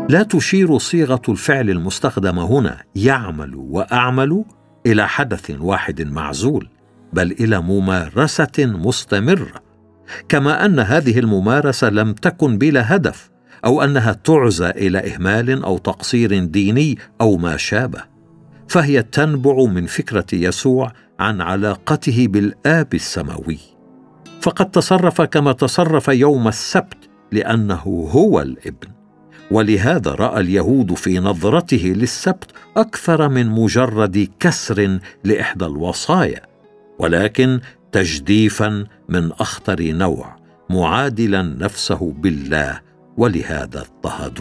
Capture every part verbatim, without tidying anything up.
لا تشير صيغة الفعل المستخدمة هنا يعمل وأعمل إلى حدث واحد معزول، بل إلى ممارسة مستمرة، كما أن هذه الممارسة لم تكن بلا هدف، أو أنها تعزى إلى إهمال أو تقصير ديني أو ما شابه، فهي تنبع من فكرة يسوع عن علاقته بالآب السماوي، فقد تصرف كما تصرف يوم السبت لأنه هو الابن، ولهذا رأى اليهود في نظرته للسبت أكثر من مجرد كسر لإحدى الوصايا، ولكن تجديفا من أخطر نوع، معادلا نفسه بالله، ولهذا اضطهدوه.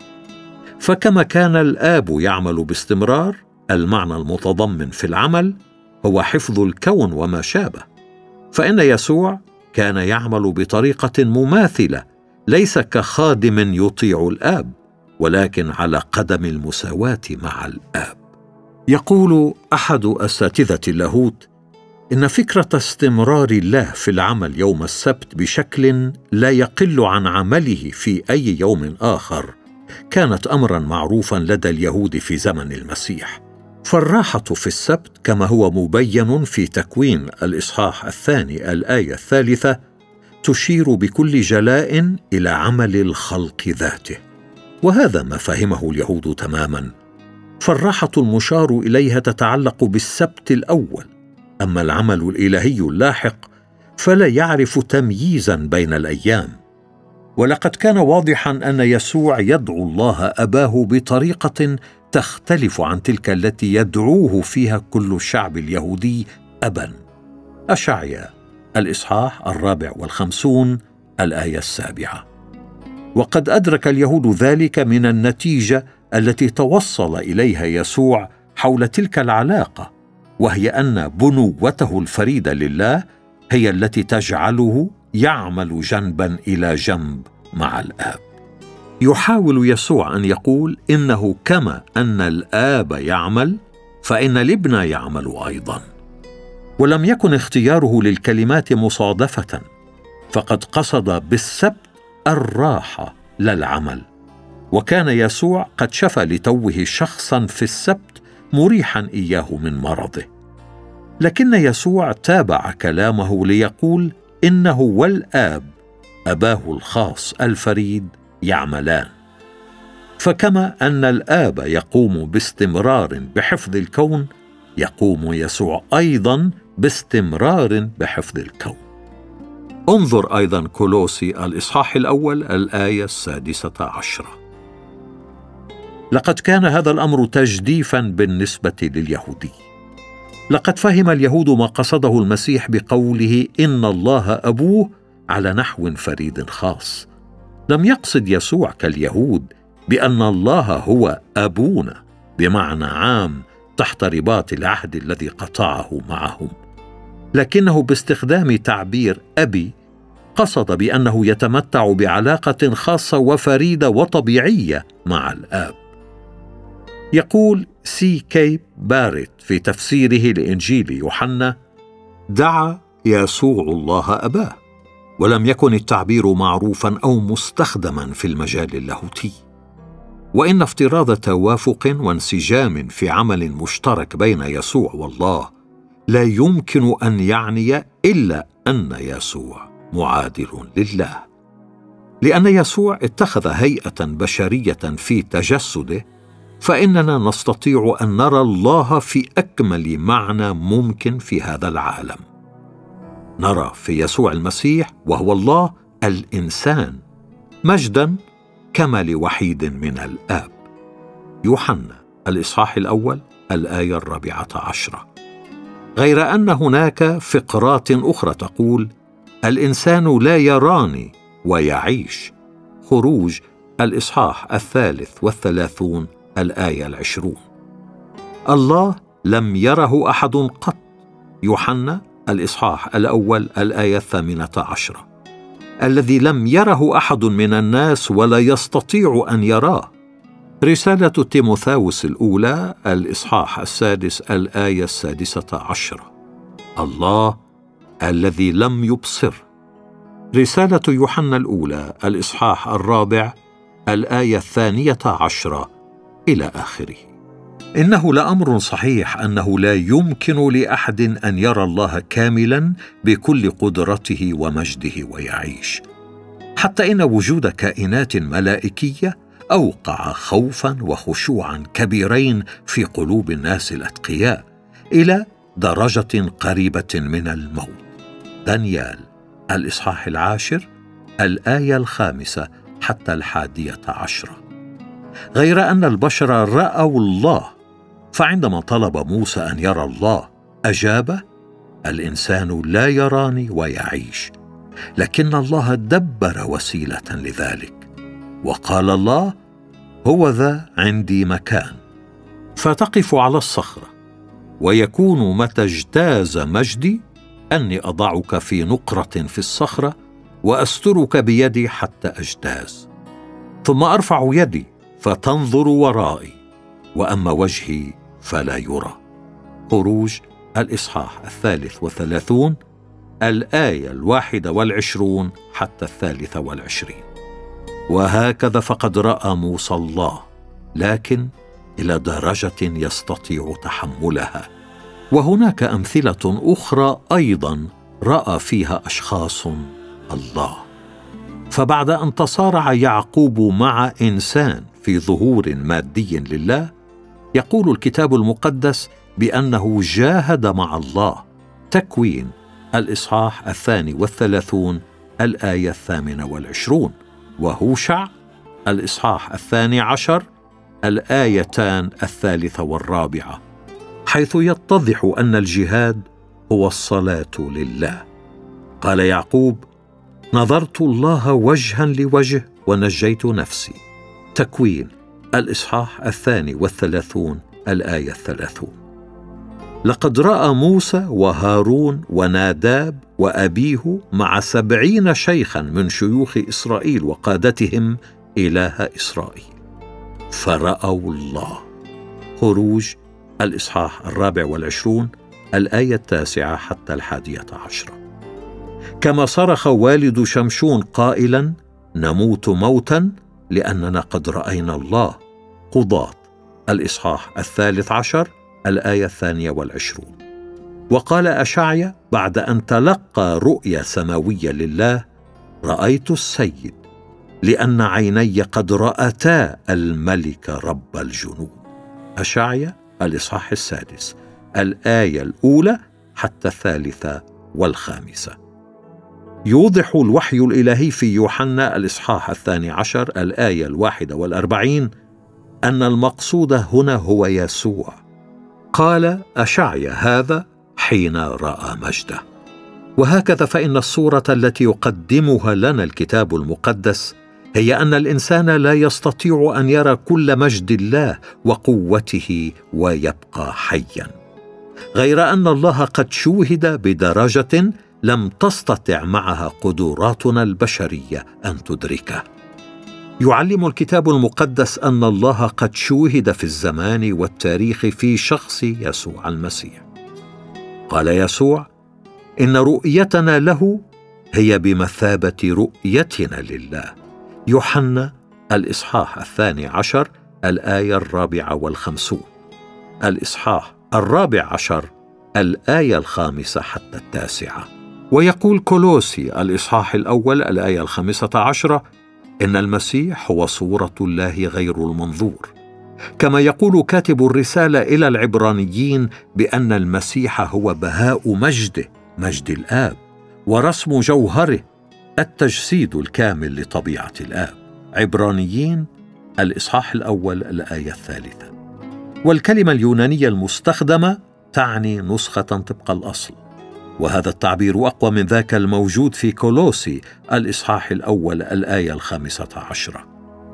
فكما كان الآب يعمل باستمرار، المعنى المتضمن في العمل هو حفظ الكون وما شابه، فإن يسوع كان يعمل بطريقة مماثلة، ليس كخادم يطيع الآب، ولكن على قدم المساواة مع الآب. يقول أحد أساتذة اللاهوت إن فكرة استمرار الله في العمل يوم السبت بشكل لا يقل عن عمله في أي يوم آخر كانت أمرا معروفا لدى اليهود في زمن المسيح، فالراحة في السبت كما هو مبين في تكوين الإصحاح الثاني الآية الثالثة تشير بكل جلاء إلى عمل الخلق ذاته، وهذا ما فهمه اليهود تماما، فالراحة المشار إليها تتعلق بالسبت الأول، أما العمل الإلهي اللاحق فلا يعرف تمييزا بين الأيام. ولقد كان واضحا أن يسوع يدعو الله أباه بطريقة تختلف عن تلك التي يدعوه فيها كل الشعب اليهودي أبا. أشعيا الإصحاح الرابع والخمسون الآية السابعة. وقد أدرك اليهود ذلك من النتيجة التي توصل إليها يسوع حول تلك العلاقة، وهي أن بنوته الفريدة لله هي التي تجعله يعمل جنبا إلى جنب مع الآب. يحاول يسوع أن يقول إنه كما أن الآب يعمل فإن الابن يعمل أيضا، ولم يكن اختياره للكلمات مصادفة، فقد قصد بالسبت الراحة لا العمل، وكان يسوع قد شفى لتوه شخصا في السبت مريحا إياه من مرضه، لكن يسوع تابع كلامه ليقول إنه والآب أباه الخاص الفريد يعملان، فكما أن الآب يقوم باستمرار بحفظ الكون، يقوم يسوع أيضا باستمرار بحفظ الكون. انظر أيضا كولوسي الإصحاح الأول الآية السادسة عشرة. لقد كان هذا الأمر تجديفا بالنسبة لليهودي. لقد فهم اليهود ما قصده المسيح بقوله إن الله أبوه على نحو فريد خاص. لم يقصد يسوع كاليهود بأن الله هو أبونا بمعنى عام تحت رباط العهد الذي قطعه معهم، لكنه باستخدام تعبير أبي قصد بأنه يتمتع بعلاقة خاصة وفريدة وطبيعية مع الآب. يقول سي كي باريت في تفسيره لإنجيل يوحنا: دعا يسوع الله أباه، ولم يكن التعبير معروفا أو مستخدما في المجال اللاهوتي، وإن افتراض توافق وانسجام في عمل مشترك بين يسوع والله لا يمكن أن يعني إلا أن يسوع معادل لله، لأن يسوع اتخذ هيئة بشرية في تجسده، فإننا نستطيع أن نرى الله في أكمل معنى ممكن في هذا العالم. نرى في يسوع المسيح وهو الله الإنسان مجدا كما لوحيد من الآب. يوحنا الإصحاح الأول الآية الرابعة عشرة. غير أن هناك فقرات أخرى تقول الإنسان لا يراني ويعيش. خروج الإصحاح الثالث والثلاثون الآية العشرون. الله لم يره أحد قط. يوحنا الإصحاح الأول الآية الثامنة عشرة. الذي لم يره أحد من الناس ولا يستطيع أن يراه. رسالة تيموثاوس الأولى الإصحاح السادس الآية السادسة عشرة. الله الذي لم يبصر. رسالة يوحنا الأولى الإصحاح الرابع الآية الثانية عشرة إلى آخره. إنه لأمر صحيح أنه لا يمكن لأحد أن يرى الله كاملا بكل قدرته ومجده ويعيش، حتى إن وجود كائنات ملائكية أوقع خوفا وخشوعا كبيرين في قلوب الناس الأتقياء إلى درجة قريبة من الموت. دانيال الإصحاح العاشر الآية الخامسة حتى الحادية عشرة. غير أن البشر رأوا الله، فعندما طلب موسى أن يرى الله أجاب: الإنسان لا يراني ويعيش، لكن الله دبر وسيلة لذلك، وقال الله: هو ذا عندي مكان، فتقف على الصخرة، ويكون متى اجتاز مجدي أني أضعك في نقرة في الصخرة وأسترك بيدي حتى أجتاز، ثم أرفع يدي فتنظر ورائي، وأما وجهي فلا يرى. خروج الإصحاح الثالث والثلاثون الآية الواحدة والعشرون حتى الثالثة والعشرين. وهكذا فقد رأى موسى الله، لكن إلى درجة يستطيع تحملها. وهناك أمثلة أخرى أيضا رأى فيها أشخاص الله. فبعد أن تصارع يعقوب مع إنسان في ظهور مادي لله، يقول الكتاب المقدس بأنه جاهد مع الله. تكوين الإصحاح الثاني والثلاثون الآية الثامنة والعشرون، وهوشع الإصحاح الثاني عشر الآيتان الثالثة والرابعة، حيث يتضح أن الجهاد هو الصلاة لله. قال يعقوب: نظرت الله وجها لوجه ونجيت نفسي. تكوين الإصحاح الثاني والثلاثون الآية الثلاثون. لقد رأى موسى وهارون وناداب وأبيه مع سبعين شيخا من شيوخ إسرائيل وقادتهم إله إسرائيل، فرأوا الله. خروج الإصحاح الرابع والعشرون الآية التاسعة حتى الحادية عشرة. كما صرخ والد شمشون قائلا: نموت موتا لأننا قد رأينا الله. قضاة الإصحاح الثالث عشر الآية الثانية والعشرون. وقال أشعيا بعد أن تلقى رؤيا سماوية لله: رأيت السيد، لأن عيني قد رأتا الملك رب الجنود. أشعيا الإصحاح السادس الآية الأولى حتى الثالثة والخامسة. يوضح الوحي الإلهي في يوحنا الإصحاح الثاني عشر الآية الواحدة والأربعين أن المقصود هنا هو يسوع. قال أشعيا هذا حين رأى مجده. وهكذا فإن الصورة التي يقدمها لنا الكتاب المقدس هي أن الإنسان لا يستطيع أن يرى كل مجد الله وقوته ويبقى حيا، غير أن الله قد شوهد بدرجة لم تستطع معها قدراتنا البشرية أن تدركه. يعلم الكتاب المقدس أن الله قد شوهد في الزمان والتاريخ في شخص يسوع المسيح. قال يسوع: إن رؤيتنا له هي بمثابة رؤيتنا لله. يوحنا الإصحاح الثاني عشر الآية الرابعة والخمسون، الإصحاح الرابع عشر الآية الخامسة حتى التاسعة. ويقول كولوسي الإصحاح الأول الآية الخامسة عشرة: إن المسيح هو صورة الله غير المنظور. كما يقول كاتب الرسالة إلى العبرانيين بأن المسيح هو بهاء مجده، مجد الآب، ورسم جوهره، التجسيد الكامل لطبيعة الآب. عبرانيين الإصحاح الأول الآية الثالثة. والكلمة اليونانية المستخدمة تعني نسخة طبق الأصل، وهذا التعبير أقوى من ذاك الموجود في كولوسي الإصحاح الأول الآية الخامسة عشرة.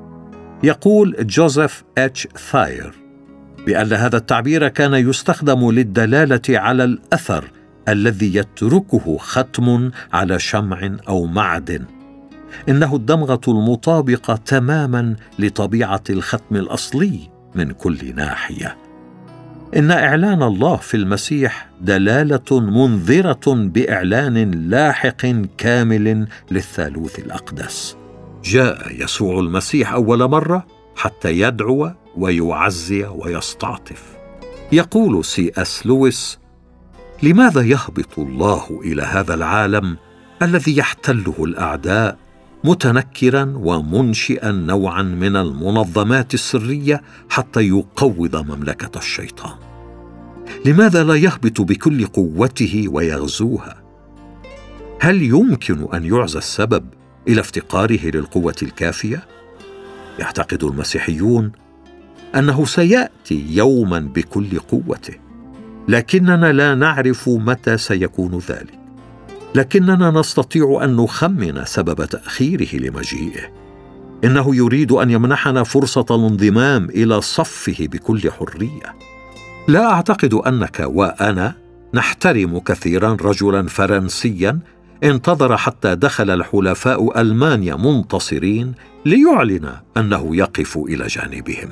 يقول جوزيف إتش ثاير بأن هذا التعبير كان يستخدم للدلالة على الأثر الذي يتركه ختم على شمع أو معدن. إنه الدمغة المطابقة تماما لطبيعة الختم الأصلي من كل ناحية. إن إعلان الله في المسيح دلالة منذرة بإعلان لاحق كامل للثالوث الأقدس. جاء يسوع المسيح أول مرة حتى يدعو ويعزي ويستعطف. يقول سي أس لويس: لماذا يهبط الله إلى هذا العالم الذي يحتله الأعداء متنكرا ومنشئا نوعا من المنظمات السرية حتى يقوض مملكة الشيطان؟ لماذا لا يهبط بكل قوته ويغزوها؟ هل يمكن أن يعزى السبب إلى افتقاره للقوة الكافية؟ يعتقد المسيحيون أنه سيأتي يوما بكل قوته، لكننا لا نعرف متى سيكون ذلك، لكننا نستطيع أن نخمن سبب تأخيره لمجيئه. إنه يريد أن يمنحنا فرصة الانضمام إلى صفه بكل حرية. لا أعتقد أنك وأنا نحترم كثيرا رجلا فرنسيا انتظر حتى دخل الحلفاء ألمانيا منتصرين ليعلن أنه يقف إلى جانبهم.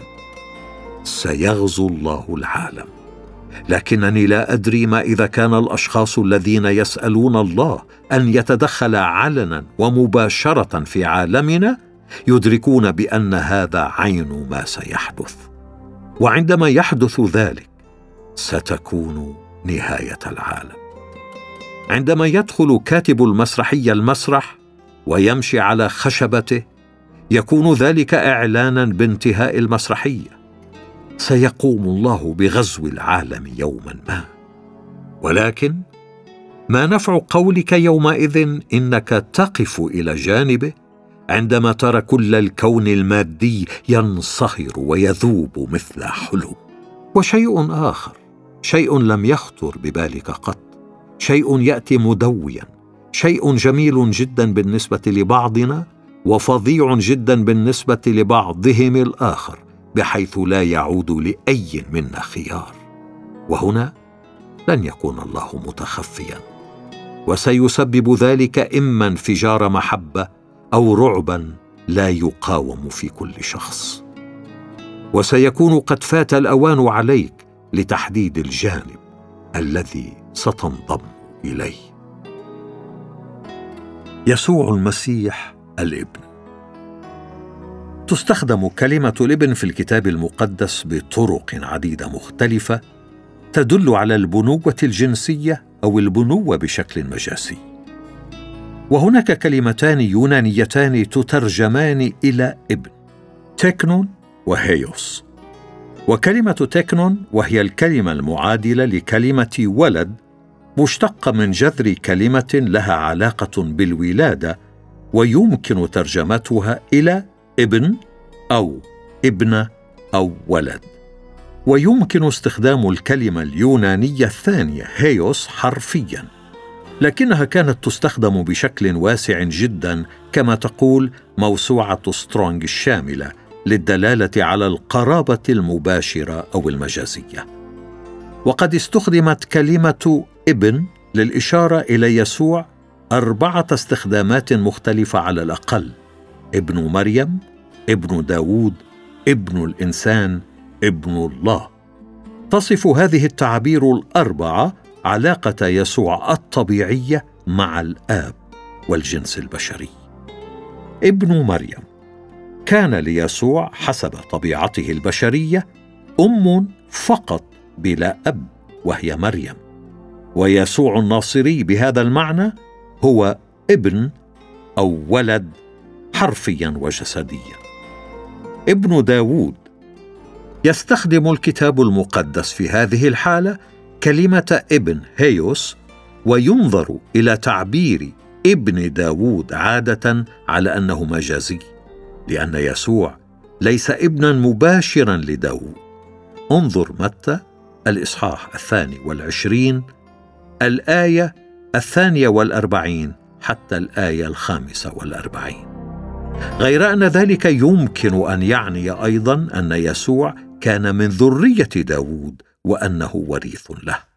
سيغزو الله العالم، لكنني لا أدري ما إذا كان الأشخاص الذين يسألون الله أن يتدخل علنا ومباشرة في عالمنا يدركون بأن هذا عين ما سيحدث، وعندما يحدث ذلك ستكون نهاية العالم. عندما يدخل كاتب المسرحية المسرح ويمشي على خشبته يكون ذلك إعلانا بانتهاء المسرحية. سيقوم الله بغزو العالم يوما ما، ولكن ما نفع قولك يومئذ إنك تقف إلى جانبه عندما ترى كل الكون المادي ينصهر ويذوب مثل حلم؟ وشيء آخر، شيء لم يخطر ببالك قط، شيء يأتي مدويا، شيء جميل جدا بالنسبة لبعضنا وفظيع جدا بالنسبة لبعضهم الآخر، بحيث لا يعود لأي منا خيار. وهنا لن يكون الله متخفيا، وسيسبب ذلك إما انفجار محبة أو رعبا لا يقاوم في كل شخص. وسيكون قد فات الأوان عليك لتحديد الجانب الذي ستنضم إليه. يسوع المسيح الابن. تستخدم كلمة الابن في الكتاب المقدس بطرق عديدة مختلفة تدل على البنوة الجنسية أو البنوة بشكل مجازي. وهناك كلمتان يونانيتان تترجمان إلى ابن، تكنون وهيوس. وكلمة تكنون وهي الكلمة المعادلة لكلمة ولد مشتقة من جذر كلمة لها علاقة بالولادة، ويمكن ترجمتها إلى ابن أو ابنة أو ولد. ويمكن استخدام الكلمة اليونانية الثانية هيوس حرفياً، لكنها كانت تستخدم بشكل واسع جداً كما تقول موسوعة سترونج الشاملة للدلالة على القرابة المباشرة أو المجازية. وقد استخدمت كلمة ابن للإشارة إلى يسوع أربعة استخدامات مختلفة على الأقل: ابن مريم، ابن داود، ابن الإنسان، ابن الله. تصف هذه التعابير الأربعة علاقة يسوع الطبيعية مع الآب والجنس البشري. ابن مريم كان ليسوع حسب طبيعته البشرية أم فقط بلا أب، وهي مريم. ويسوع الناصري بهذا المعنى هو ابن أو ولد حرفيا وجسديا. ابن داود. يستخدم الكتاب المقدس في هذه الحالة كلمة ابن هيوس، وينظر إلى تعبير ابن داود عادة على أنه مجازي، لأن يسوع ليس ابنا مباشرا لداود. انظر متى الإصحاح الثاني والعشرين الآية الثانية والأربعين حتى الآية الخامسة والأربعين. غير أن ذلك يمكن أن يعني أيضا أن يسوع كان من ذرية داود وأنه وريث له.